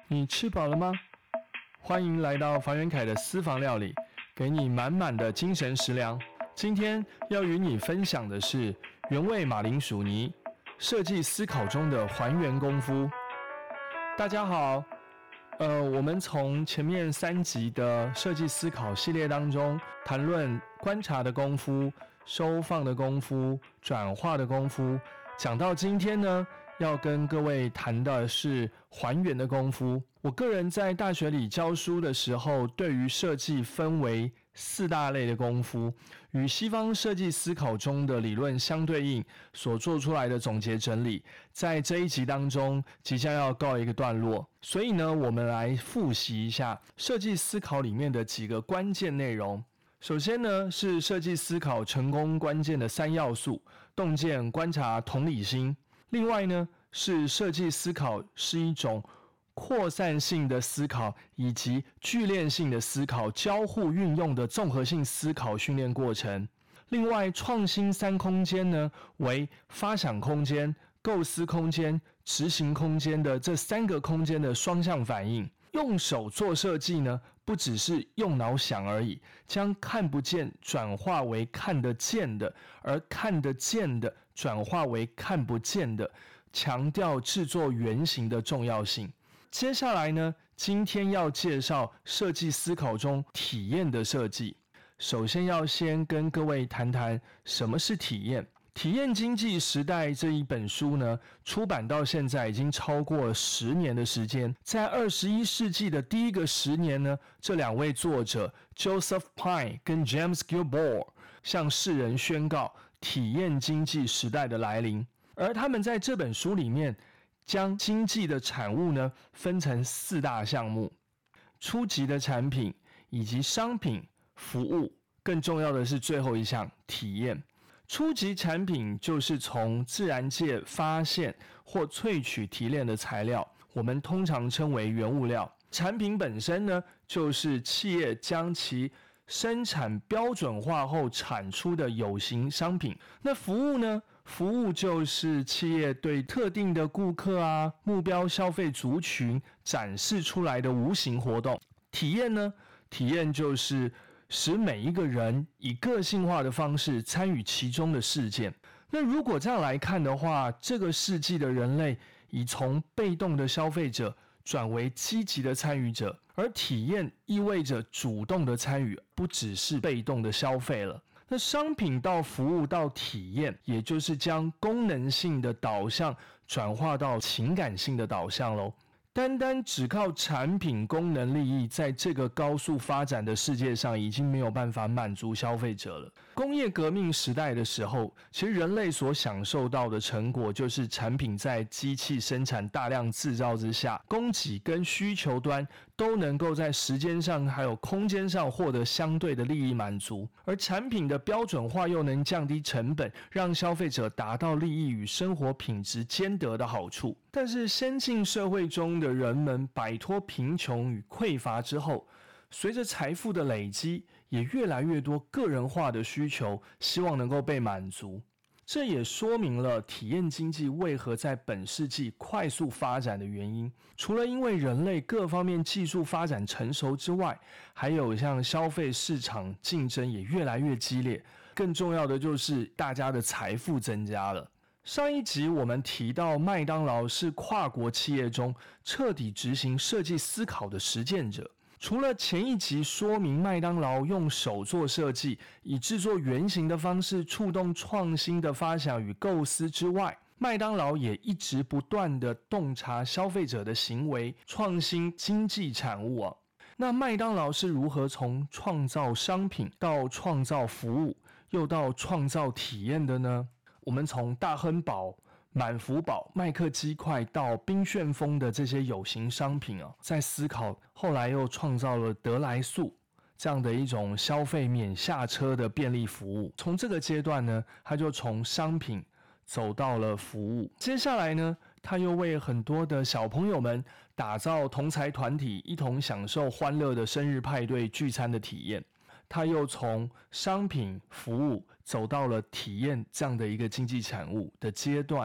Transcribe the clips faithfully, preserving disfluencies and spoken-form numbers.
你吃饱了吗？欢迎来到房元凯的私房料理，给你满满的精神食粮。今天要与你分享的是原味马铃薯泥，设计思考中的还原功夫。大家好，呃，我们从前面三集的设计思考系列当中，谈论观察的功夫、收放的功夫、转化的功夫，讲到今天呢，要跟各位谈的是还原的功夫。我个人在大学里教书的时候，对于设计分为四大类的功夫，与西方设计思考中的理论相对应所做出来的总结整理，在这一集当中即将要告一个段落。所以呢，我们来复习一下设计思考里面的几个关键内容。首先呢，是设计思考成功关键的三要素：洞见、观察、同理心。另外呢，是设计思考是一种扩散性的思考以及聚练性的思考交互运用的综合性思考训练过程。另外，创新三空间呢，为发想空间、构思空间、执行空间的这三个空间的双向反应。用手做设计呢，不只是用脑想而已，将看不见转化为看得见的，而看得见的转化为看不见的，强调制作原型的重要性。接下来呢，今天要介绍设计思考中体验的设计。首先要先跟各位谈谈什么是体验。体验经济时代这一本书呢，出版到现在已经超过十年的时间。在二十一世纪的第一个十年呢，这两位作者 Joseph Pine 跟 James Gilmore 向世人宣告体验经济时代的来临。而他们在这本书里面将经济的产物呢分成四大项目：初级的产品，以及商品、服务，更重要的是最后一项体验。初级产品就是从自然界发现或萃取提炼的材料，我们通常称为原物料。产品本身呢，就是企业将其生产标准化后产出的有形商品。那服务呢？服务就是企业对特定的顾客啊、目标消费族群展示出来的无形活动。体验呢？体验就是使每一个人以个性化的方式参与其中的事件。那如果这样来看的话，这个世纪的人类已从被动的消费者转为积极的参与者，而体验意味着主动的参与，不只是被动的消费了。那商品到服务到体验，也就是将功能性的导向转化到情感性的导向咯。单单只靠产品功能利益，在这个高速发展的世界上已经没有办法满足消费者了。工业革命时代的时候，其实人类所享受到的成果就是产品在机器生产大量制造之下，供给跟需求端都能够在时间上还有空间上获得相对的利益满足，而产品的标准化又能降低成本，让消费者达到利益与生活品质兼得的好处。但是先进社会中的人们摆脱贫穷与匮乏之后，随着财富的累积，也越来越多个人化的需求希望能够被满足。这也说明了体验经济为何在本世纪快速发展的原因。除了因为人类各方面技术发展成熟之外，还有像消费市场竞争也越来越激烈，更重要的就是大家的财富增加了。上一集我们提到麦当劳是跨国企业中彻底执行设计思考的实践者。除了前一集说明麦当劳用手做设计，以制作原型的方式触动创新的发想与构思之外，麦当劳也一直不断地洞察消费者的行为，创新经济产物啊。那麦当劳是如何从创造商品到创造服务，又到创造体验的呢？我们从大亨堡、满福堡、麦克鸡块到冰旋风的这些有形商品啊，在思考后来又创造了得来速这样的一种消费免下车的便利服务。从这个阶段呢，他就从商品走到了服务。接下来呢，他又为很多的小朋友们打造同侪团体一同享受欢乐的生日派对聚餐的体验。他又从商品服务走到了体验这样的一个经济产物的阶段啊。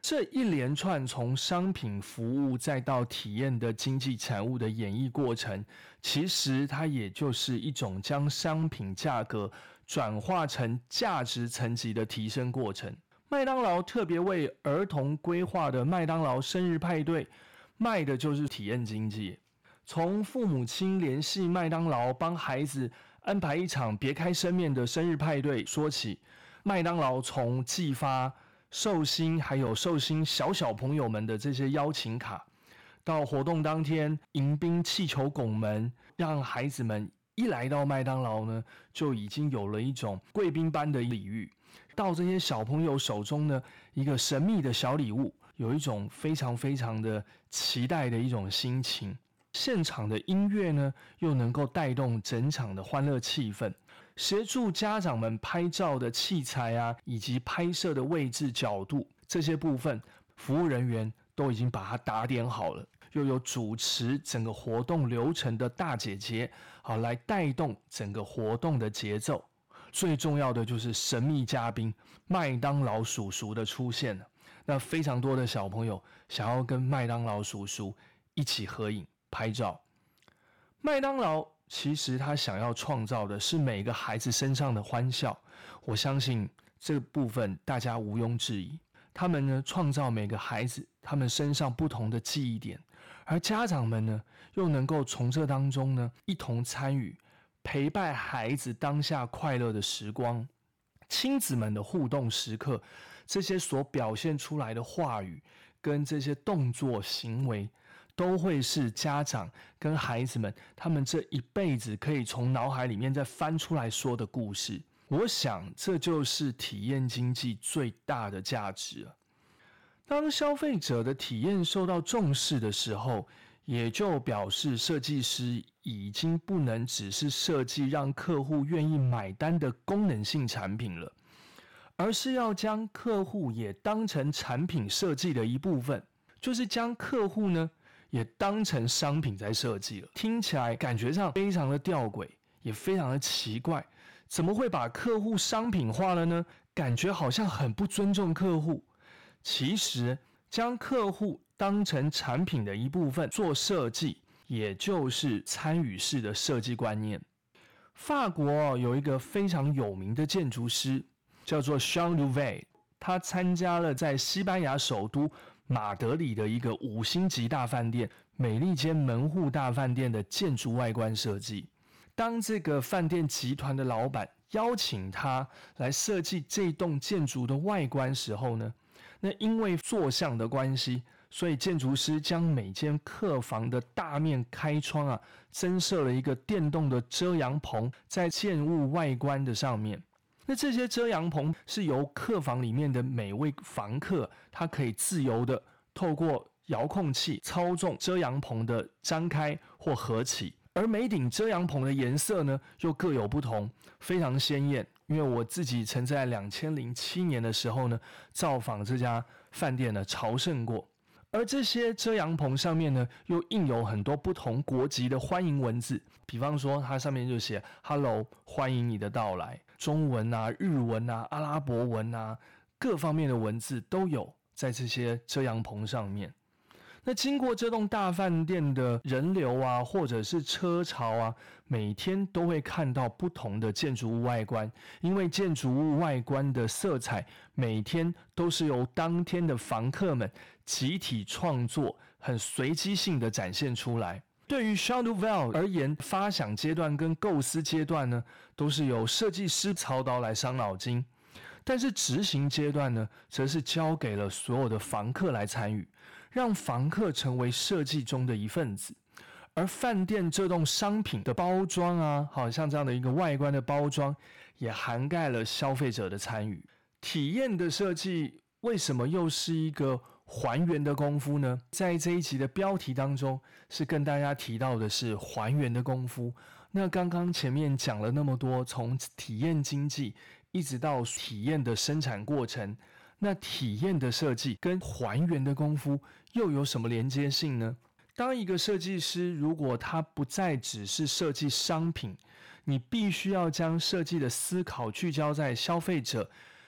这一连串从商品服务再到体验的经济产物的演绎过程，其实它也就是一种将商品价格转化成价值层级的提升过程。麦当劳特别为儿童规划的麦当劳生日派对，卖的就是体验经济。从父母亲联系麦当劳帮孩子安排一场别开生面的生日派对说起，麦当劳从寄发寿星还有寿星小小朋友们的这些邀请卡，到活动当天迎宾气球拱门，让孩子们一来到麦当劳呢，就已经有了一种贵宾般的礼遇。到这些小朋友手中呢，一个神秘的小礼物，有一种非常非常的期待的一种心情。现场的音乐呢，又能够带动整场的欢乐气氛，协助家长们拍照的器材啊，以及拍摄的位置角度，这些部分服务人员都已经把它打点好了。又有主持整个活动流程的大姐姐，好来带动整个活动的节奏。最重要的就是神秘嘉宾麦当劳叔叔的出现了。那非常多的小朋友想要跟麦当劳叔叔一起合影拍照。麦当劳其实他想要创造的是每个孩子身上的欢笑，我相信这部分大家毋庸置疑。他们呢，创造每个孩子他们身上不同的记忆点，而家长们呢，又能够从这当中呢一同参与，陪伴孩子当下快乐的时光。亲子们的互动时刻，这些所表现出来的话语跟这些动作行为，都会是家长跟孩子们他们这一辈子可以从脑海里面再翻出来说的故事。我想这就是体验经济最大的价值了。当消费者的体验受到重视的时候，也就表示设计师已经不能只是设计让客户愿意买单的功能性产品了，而是要将客户也当成产品设计的一部分，就是将客户呢也当成商品在设计了。听起来感觉上非常的吊诡，也非常的奇怪，怎么会把客户商品化了呢？感觉好像很不尊重客户。其实将客户当成产品的一部分做设计，也就是参与式的设计观念。法国有一个非常有名的建筑师叫做 Jean Nouvel， 他参加了在西班牙首都马德里的一个五星级大饭店美利坚门户大饭店的建筑外观设计。当这个饭店集团的老板邀请他来设计这栋建筑的外观时候呢，那因为坐向的关系，所以建筑师将每间客房的大面开窗啊，增设了一个电动的遮阳棚在建物外观的上面。那这些遮阳棚是由客房里面的每位房客，他可以自由的透过遥控器操纵遮阳棚的张开或合起。而每顶遮阳棚的颜色呢，又各有不同，非常鲜艳。因为我自己曾在两千零七年的时候呢，造访这家饭店呢朝圣过。而这些遮阳棚上面呢，又印有很多不同国籍的欢迎文字，比方说它上面就写 Hello， 欢迎你的到来，中文啊、日文啊、阿拉伯文啊，各方面的文字都有在这些遮阳棚上面。那经过这栋大饭店的人流啊，或者是车潮啊，每天都会看到不同的建筑物外观，因为建筑物外观的色彩每天都是由当天的房客们集体创作，很随机性的展现出来。对于 Jean Nouvel 而言，发想阶段跟构思阶段呢，都是由设计师操刀来伤脑筋，但是执行阶段呢，则是交给了所有的房客来参与，让房客成为设计中的一份子。而饭店这栋商品的包装啊，好像这样的一个外观的包装，也涵盖了消费者的参与。体验的设计为什么又是一个还原的功夫呢？在这一集的标题当中，是跟大家提到的是还原的功夫。那刚刚前面讲了那么多，从体验经济一直到体验的生产过程，那体验的设计跟还原的功夫又有什么连接性呢？当一个设计师如果他不再只是设计商品，你必须要将设计的思考聚焦在消费者，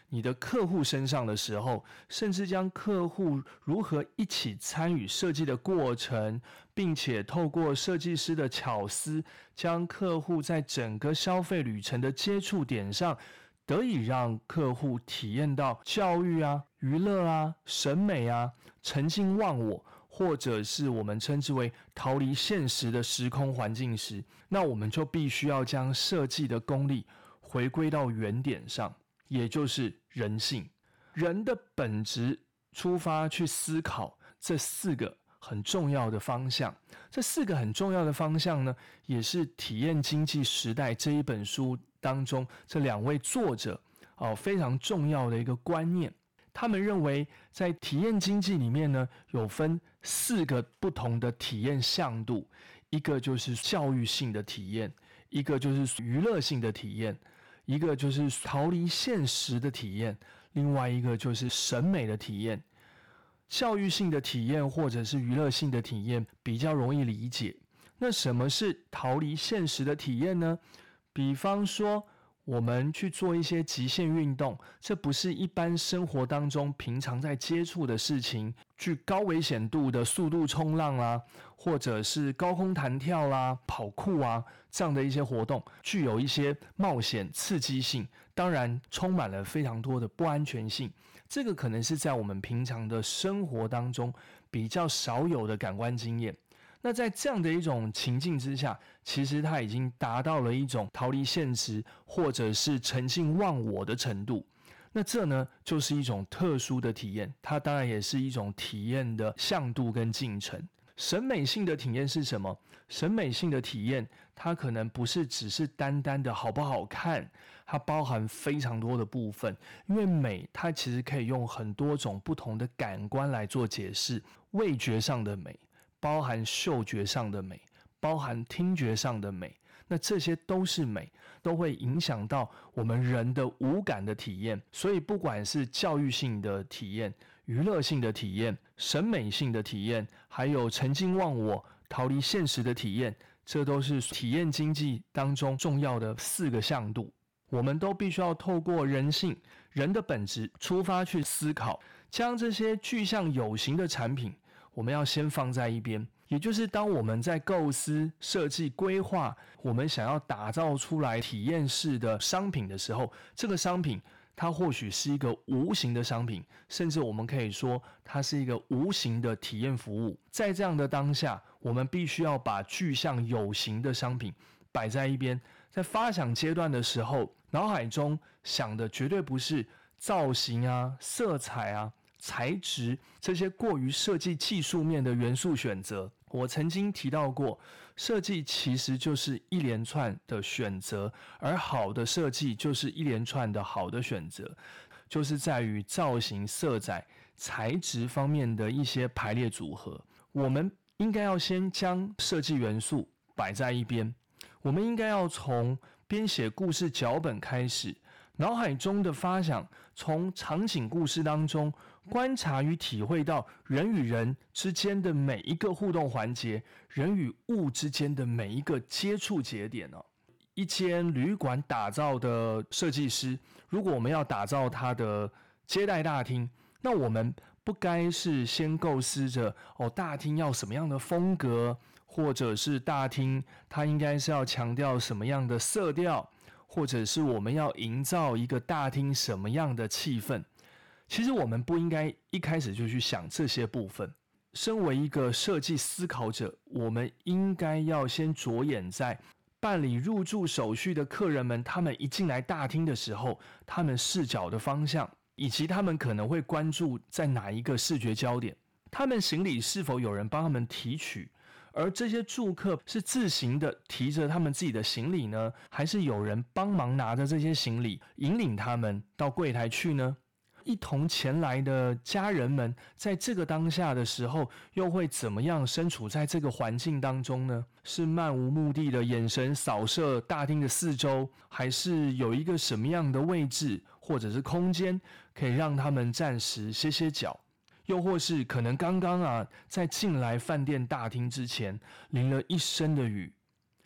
你的客户身上的时候，甚至将客户如何一起参与设计的过程，并且透过设计师的巧思，将客户在整个消费旅程的接触点上，得以让客户体验到教育啊、娱乐啊、审美啊、沉浸忘我，或者是我们称之为逃离现实的时空环境时，那我们就必须要将设计的功力回归到原点上，也就是人性，人的本质出发去思考这四个很重要的方向。这四个很重要的方向呢，也是体验经济时代这一本书当中这两位作者、哦、非常重要的一个观念。他们认为在体验经济里面呢，有分四个不同的体验向度，一个就是教育性的体验，一个就是娱乐性的体验，一个就是逃离现实的体验，另外一个就是审美的体验。教育性的体验或者是娱乐性的体验比较容易理解。那什么是逃离现实的体验呢？比方说我们去做一些极限运动，这不是一般生活当中平常在接触的事情，去高危险度的速度冲浪啦，或者是高空弹跳啦、跑酷啊，这样的一些活动，具有一些冒险刺激性，当然充满了非常多的不安全性。这个可能是在我们平常的生活当中比较少有的感官经验。那在这样的一种情境之下，其实它已经达到了一种逃离现实或者是沉浸忘我的程度。那这呢，就是一种特殊的体验，它当然也是一种体验的向度跟进程。审美性的体验是什么？审美性的体验，它可能不是只是单单的好不好看，它包含非常多的部分。因为美，它其实可以用很多种不同的感官来做解释，味觉上的美，包含嗅觉上的美，包含听觉上的美，那这些都是美，都会影响到我们人的五感的体验。所以不管是教育性的体验、娱乐性的体验、审美性的体验，还有沉浸忘我、逃离现实的体验，这都是体验经济当中重要的四个向度。我们都必须要透过人性、人的本质出发去思考，将这些具象有形的产品我们要先放在一边，也就是当我们在构思、设计、规划我们想要打造出来体验式的商品的时候，这个商品它或许是一个无形的商品，甚至我们可以说它是一个无形的体验服务。在这样的当下，我们必须要把具象有形的商品摆在一边。在发想阶段的时候，脑海中想的绝对不是造型啊、色彩啊、材质这些过于设计技术面的元素选择。我曾经提到过，设计其实就是一连串的选择，而好的设计就是一连串的好的选择，就是在于造型、色彩、材质方面的一些排列组合。我们应该要先将设计元素摆在一边，我们应该要从编写故事脚本开始，脑海中的发想，从场景故事当中观察与体会到人与人之间的每一个互动环节，人与物之间的每一个接触节点哦。一间旅馆打造的设计师，如果我们要打造它的接待大厅，那我们不该是先构思着哦，大厅要什么样的风格，或者是大厅它应该是要强调什么样的色调，或者是我们要营造一个大厅什么样的气氛。其实我们不应该一开始就去想这些部分。身为一个设计思考者，我们应该要先着眼在办理入住手续的客人们，他们一进来大厅的时候，他们视角的方向，以及他们可能会关注在哪一个视觉焦点，他们行李是否有人帮他们提取，而这些住客是自行的提着他们自己的行李呢，还是有人帮忙拿着这些行李引领他们到柜台去呢？一同前来的家人们在这个当下的时候又会怎么样身处在这个环境当中呢？是漫无目的的眼神扫射大厅的四周，还是有一个什么样的位置或者是空间可以让他们暂时歇歇脚？又或是可能刚刚啊在进来饭店大厅之前淋了一身的雨，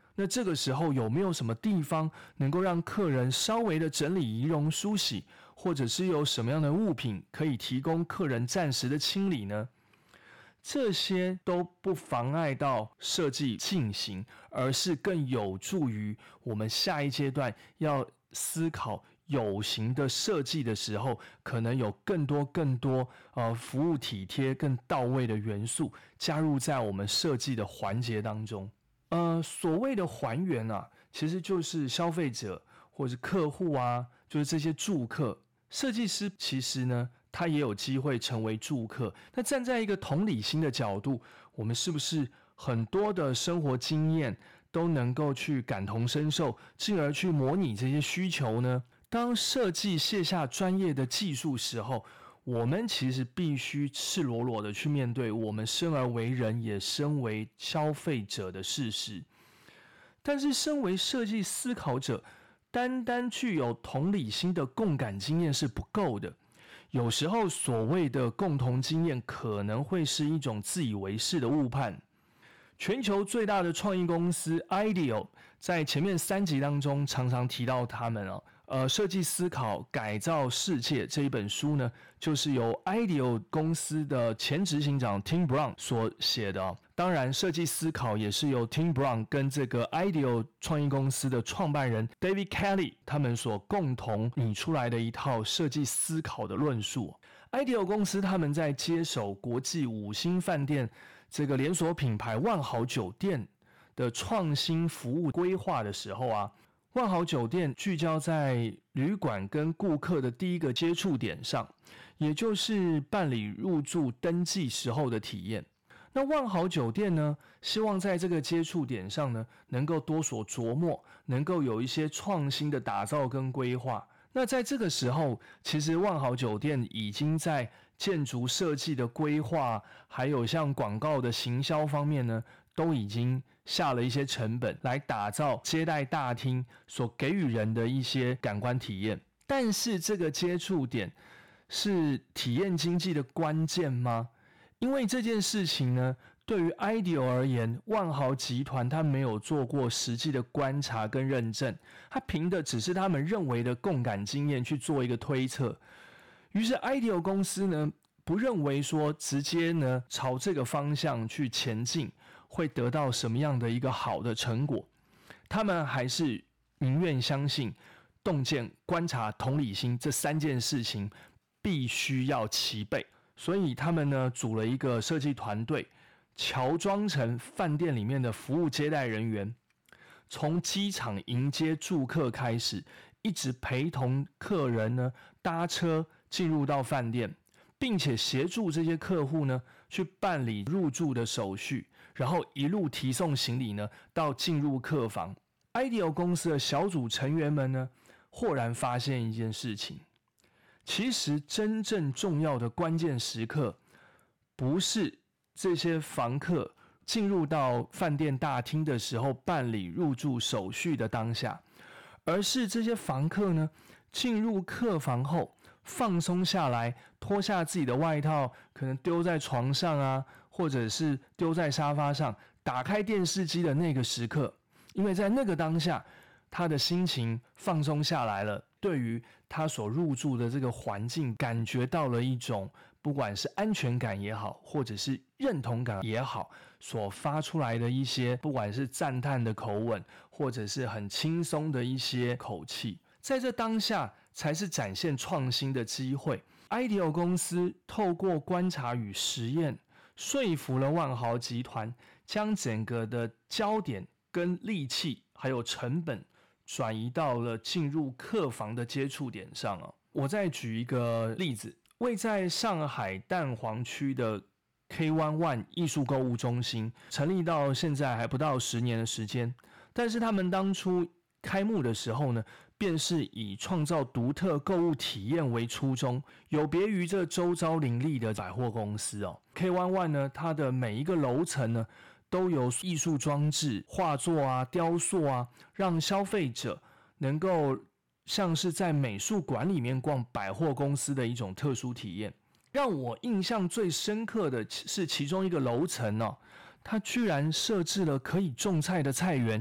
那这个时候有没有什么地方能够让客人稍微的整理仪容梳洗，或者是有什么样的物品可以提供客人暂时的清理呢？这些都不妨碍到设计进行，而是更有助于我们下一阶段要思考有形的设计的时候，可能有更多更多呃服务体贴、更到位的元素加入在我们设计的环节当中。呃，所谓的还原啊，其实就是消费者或是客户啊，就是这些住客，设计师其实呢，他也有机会成为住客。那站在一个同理心的角度，我们是不是很多的生活经验都能够去感同身受，进而去模拟这些需求呢？当设计卸下专业的技术时候，我们其实必须赤裸裸的去面对我们生而为人，也身为消费者的事实。但是身为设计思考者，单单具有同理心的共感经验是不够的。有时候所谓的共同经验可能会是一种自以为是的误判。全球最大的创意公司 IDEO 在前面三集当中常常提到他们哦，呃，设计思考改造世界这一本书呢，就是由 IDEO 公司的前执行长 Tim Brown 所写的哦。当然，设计思考也是由 Tim Brown 跟这个 IDEO 创意公司的创办人 David Kelly 他们所共同拟出来的一套设计思考的论述。IDEO 公司他们在接手国际五星饭店这个连锁品牌万豪酒店的创新服务规划的时候啊，万豪酒店聚焦在旅馆跟顾客的第一个接触点上，也就是办理入住登记时候的体验。那万豪酒店呢，希望在这个接触点上呢，能够多所琢磨，能够有一些创新的打造跟规划。那在这个时候，其实万豪酒店已经在建筑设计的规划，还有像广告的行销方面呢，都已经下了一些成本来打造接待大厅所给予人的一些感官体验。但是这个接触点是体验经济的关键吗？因为这件事情呢，对于 IDEO 而言，万豪集团他没有做过实际的观察跟认证，他凭的只是他们认为的共感经验去做一个推测。于是 IDEO 公司呢，不认为说直接呢朝这个方向去前进会得到什么样的一个好的成果，他们还是宁愿相信洞见、观察、同理心这三件事情必须要齐备。所以他们呢组了一个设计团队，乔装成饭店里面的服务接待人员，从机场迎接住客开始，一直陪同客人呢搭车进入到饭店，并且协助这些客户呢去办理入住的手续，然后一路提送行李呢到进入客房。IDEO 公司的小组成员们呢，豁然发现一件事情。其实真正重要的关键时刻，不是这些房客进入到饭店大厅的时候办理入住手续的当下，而是这些房客呢进入客房后放松下来，脱下自己的外套，可能丢在床上啊，或者是丢在沙发上，打开电视机的那个时刻。因为在那个当下，他的心情放松下来了，对于他所入住的这个环境感觉到了一种不管是安全感也好，或者是认同感也好，所发出来的一些不管是赞叹的口吻，或者是很轻松的一些口气，在这当下才是展现创新的机会。 IDEO 公司透过观察与实验，说服了万豪集团，将整个的焦点跟力气还有成本转移到了进入客房的接触点上哦。我再举一个例子，位在上海蛋黄区的 K 一 一 艺术购物中心，成立到现在还不到十年的时间，但是他们当初开幕的时候呢，便是以创造独特购物体验为初衷，有别于这周遭林立的百货公司哦。K 一 一 呢，它的每一个楼层呢，都有艺术装置、画作啊、雕塑啊，让消费者能够像是在美术馆里面逛百货公司的一种特殊体验。让我印象最深刻的是其中一个楼层哦，它居然设置了可以种菜的菜园，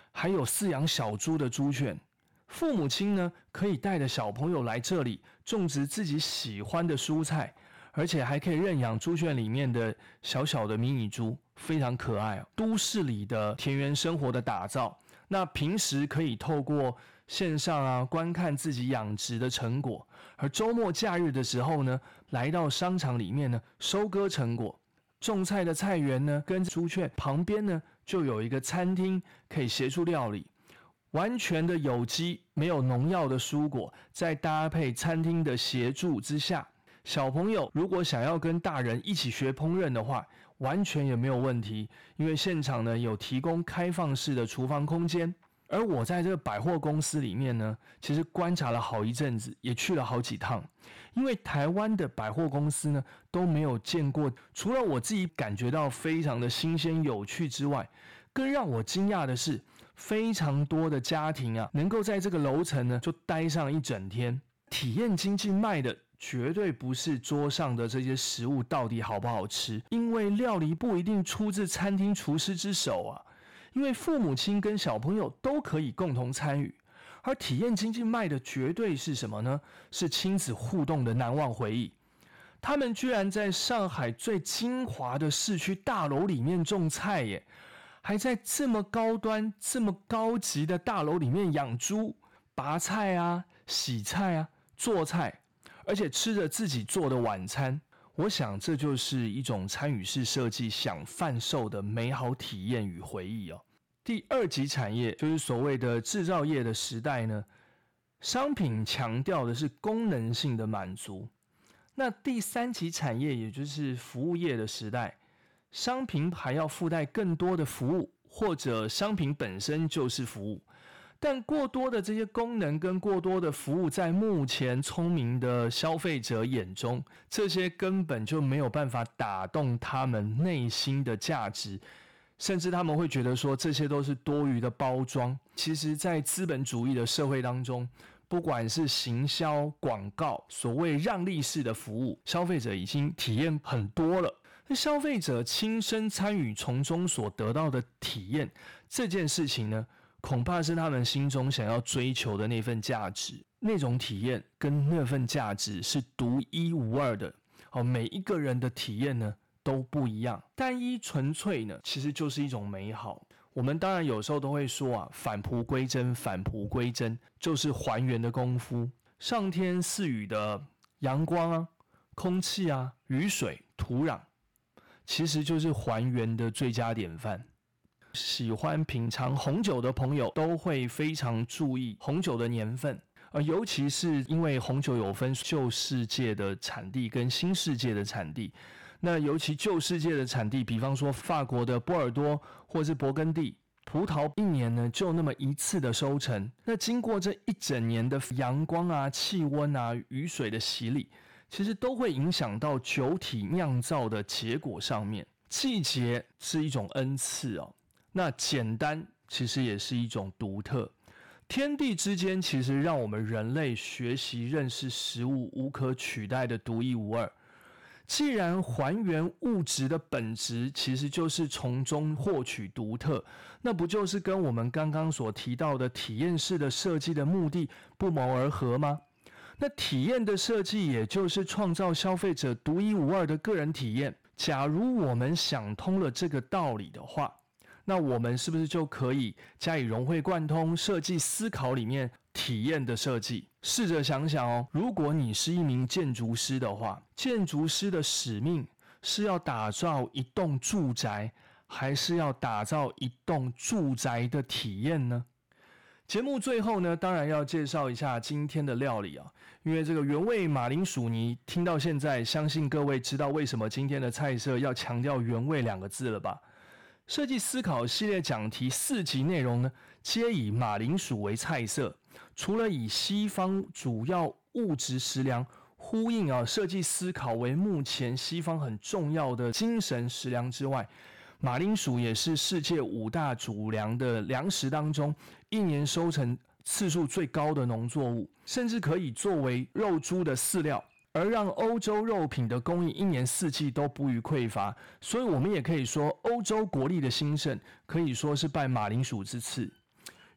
还有饲养小猪的猪圈。父母亲呢，可以带着小朋友来这里种植自己喜欢的蔬菜，而且还可以认养猪圈里面的小小的迷你猪，非常可爱哦。都市里的田园生活的打造，那平时可以透过线上啊观看自己养殖的成果，而周末假日的时候呢，来到商场里面呢收割成果。种菜的菜园呢，跟猪圈旁边呢就有一个餐厅可以协助料理，完全的有机没有农药的蔬果，再搭配餐厅的协助之下，小朋友如果想要跟大人一起学烹饪的话，完全也没有问题，因为现场呢有提供开放式的厨房空间。而我在这个百货公司里面呢，其实观察了好一阵子，也去了好几趟，因为台湾的百货公司呢都没有见过，除了我自己感觉到非常的新鲜有趣之外，更让我惊讶的是，非常多的家庭啊，能够在这个楼层呢就待上一整天。体验经济卖的绝对不是桌上的这些食物到底好不好吃，因为料理不一定出自餐厅厨师之手啊。因为父母亲跟小朋友都可以共同参与，而体验经济卖的绝对是什么呢？是亲子互动的难忘回忆。他们居然在上海最精华的市区大楼里面种菜耶，还在这么高端、这么高级的大楼里面养猪、拔菜啊、洗菜啊、做菜，而且吃着自己做的晚餐。我想这就是一种参与式设计想贩售的美好体验与回忆哦。第二级产业就是所谓的制造业的时代呢，商品强调的是功能性的满足。那第三级产业也就是服务业的时代，商品还要附带更多的服务，或者商品本身就是服务。但过多的这些功能跟过多的服务，在目前聪明的消费者眼中，这些根本就没有办法打动他们内心的价值，甚至他们会觉得说这些都是多余的包装。其实在资本主义的社会当中，不管是行销、广告，所谓让利式的服务，消费者已经体验很多了。消费者亲身参与从中所得到的体验，这件事情呢，恐怕是他们心中想要追求的那份价值。那种体验跟那份价值是独一无二的，每一个人的体验呢都不一样。单一纯粹呢，其实就是一种美好。我们当然有时候都会说啊，返璞归真，返璞归真就是还原的功夫。上天赐予的阳光啊、空气啊、雨水、土壤，其实就是还原的最佳典范。喜欢品尝红酒的朋友都会非常注意红酒的年份，呃，尤其是因为红酒有分旧世界的产地跟新世界的产地。那尤其旧世界的产地，比方说法国的波尔多或是勃艮第，葡萄一年呢就那么一次的收成。那经过这一整年的阳光啊、气温啊、雨水的洗礼，其实都会影响到酒体酿造的结果上面。季节是一种恩赐哦，那简单其实也是一种独特。天地之间其实让我们人类学习认识食物无可取代的独一无二。既然还原物质的本质其实就是从中获取独特，那不就是跟我们刚刚所提到的体验式的设计的目的不谋而合吗？那体验的设计也就是创造消费者独一无二的个人体验。假如我们想通了这个道理的话，那我们是不是就可以加以融会贯通设计思考里面体验的设计？试着想想哦，如果你是一名建筑师的话，建筑师的使命是要打造一栋住宅，还是要打造一栋住宅的体验呢？节目最后呢，当然要介绍一下今天的料理啊，因为这个原味马铃薯泥听到现在，相信各位知道为什么今天的菜色要强调原味两个字了吧？设计思考系列讲题四集内容呢，皆以马铃薯为菜色。除了以西方主要物质食粮呼应啊设计思考为目前西方很重要的精神食粮之外，马铃薯也是世界五大主粮的粮食当中一年收成次数最高的农作物，甚至可以作为肉猪的饲料，而让欧洲肉品的供应一年四季都不予匮乏。所以我们也可以说，欧洲国力的兴盛可以说是拜马铃薯之赐。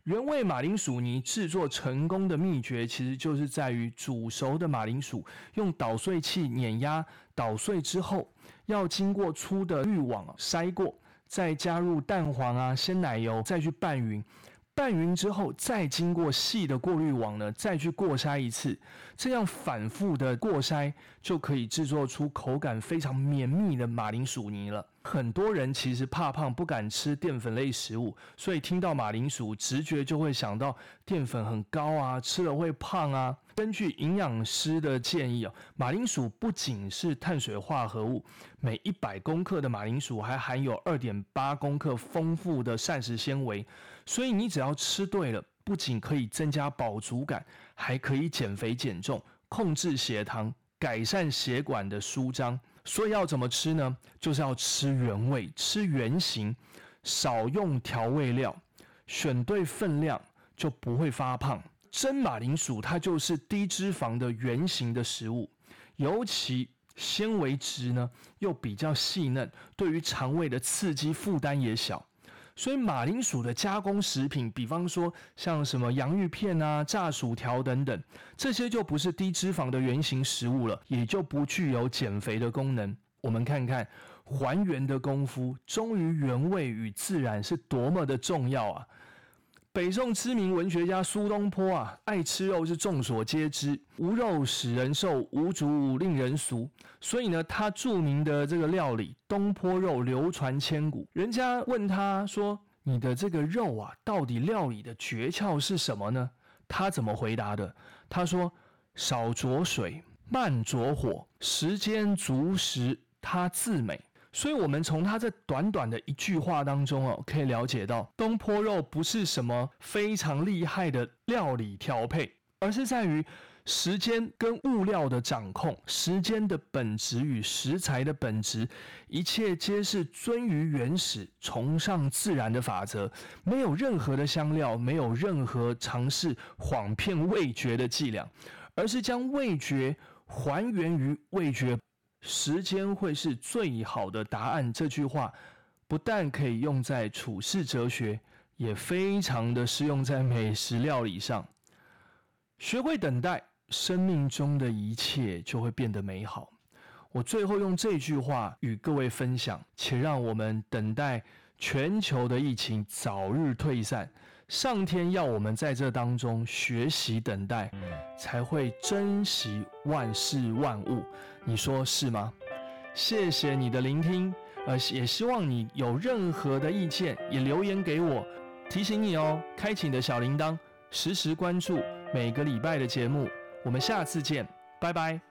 原味马铃薯泥制作成功的秘诀，其实就是在于煮熟的马铃薯用捣碎器碾压，捣碎之后要经过粗的滤网筛过，再加入蛋黄啊、鲜奶油，再去拌匀。拌匀之后，再经过细的过滤网呢，再去过筛一次，这样反复的过筛，就可以制作出口感非常绵密的马铃薯泥了。很多人其实怕胖，不敢吃淀粉类食物，所以听到马铃薯，直觉就会想到淀粉很高啊，吃了会胖啊。根据营养师的建议啊，马铃薯不仅是碳水化合物，每一百公克的马铃薯还含有 二点八公克丰富的膳食纤维，所以你只要吃对了，不仅可以增加饱足感，还可以减肥减重，控制血糖，改善血管的舒张。所以要怎么吃呢？就是要吃原味，吃原形，少用调味料，选对分量，就不会发胖。真马铃薯它就是低脂肪的原形的食物，尤其纤维质呢又比较细嫩，对于肠胃的刺激负担也小。所以马铃薯的加工食品，比方说像什么洋芋片啊、炸薯条等等，这些就不是低脂肪的原型食物了，也就不具有减肥的功能。我们看看还原的功夫，忠于原味与自然是多么的重要啊！北宋知名文学家苏东坡啊，爱吃肉是众所皆知，无肉使人瘦，无竹令人俗。所以呢，他著名的这个料理东坡肉流传千古。人家问他说：“你的这个肉啊，到底料理的诀窍是什么呢？”他怎么回答的？他说：“少着水，慢着火，时间足时，它自美。”所以我们从他这短短的一句话当中哦，可以了解到东坡肉不是什么非常厉害的料理调配，而是在于时间跟物料的掌控，时间的本质与食材的本质，一切皆是遵于原始，崇尚自然的法则，没有任何的香料，没有任何尝试谎骗味觉的伎俩，而是将味觉还原于味觉。时间会是最好的答案，这句话不但可以用在处世哲学，也非常的适用在美食料理上。学会等待，生命中的一切就会变得美好。我最后用这句话与各位分享，且让我们等待全球的疫情早日退散。上天要我们在这当中学习等待，才会珍惜万事万物。你说是吗？谢谢你的聆听，呃，也希望你有任何的意见也留言给我。提醒你哦，开启你的小铃铛，实时关注每个礼拜的节目。我们下次见，拜拜。